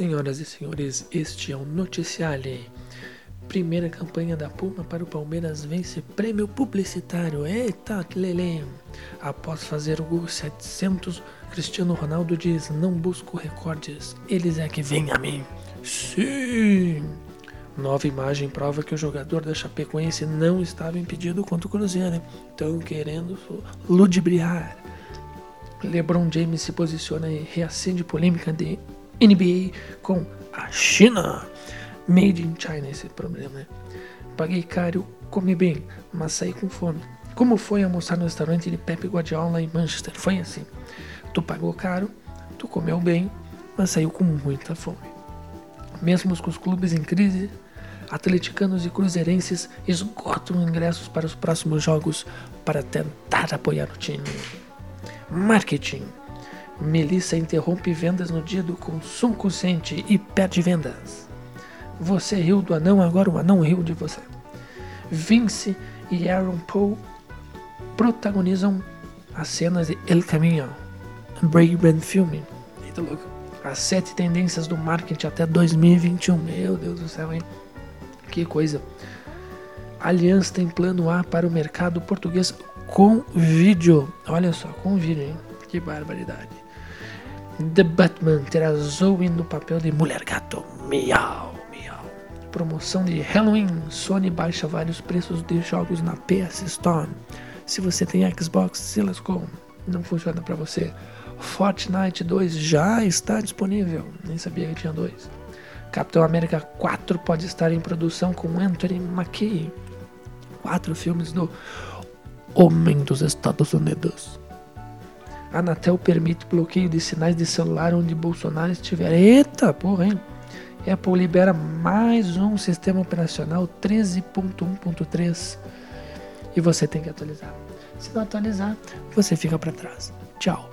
Senhoras e senhores, este é o Noticiário. Primeira campanha da Puma para o Palmeiras vence prêmio publicitário. Eita, lelê! Após fazer o gol 700, Cristiano Ronaldo diz: não busco recordes, eles é que vêm a mim. Sim! Nova imagem prova que o jogador da Chapecoense não estava impedido contra o Cruzeiro. Estão querendo ludibriar. LeBron James se posiciona e reacende polêmica de NBA com a China. Made in China, esse problema, né? Paguei caro, comi bem, mas saí com fome. Como foi almoçar no restaurante de Pep Guardiola em Manchester? Foi assim. Tu pagou caro, tu comeu bem, mas saiu com muita fome. Mesmo com os clubes em crise, atleticanos e cruzeirenses esgotam ingressos para os próximos jogos para tentar apoiar o time. Marketing. Melissa interrompe vendas no dia do consumo consciente e perde vendas. Você riu do anão, agora o anão riu de você. Vince e Aaron Paul protagonizam as cenas de El Caminho, Brave filme. Eita louco. As 7 tendências do marketing até 2021. Meu Deus do céu, hein? Que coisa. Aliança tem plano A para o mercado português com vídeo. Olha só, com vídeo, hein? Que barbaridade. The Batman terá Zoe no papel de Mulher Gato. Miau, miau. Promoção de Halloween. Sony baixa vários preços de jogos na PS Store. Se você tem Xbox, se lascou. Não funciona para você. Fortnite 2 já está disponível. Nem sabia que tinha 2. Capitão América 4 pode estar em produção com Anthony Mackie. 4 filmes do Homem dos Estados Unidos. A Anatel permite bloqueio de sinais de celular onde Bolsonaro estiver. Eita porra, hein? Apple libera mais um sistema operacional 13.1.3 e você tem que atualizar. Se não atualizar, você fica para trás. Tchau.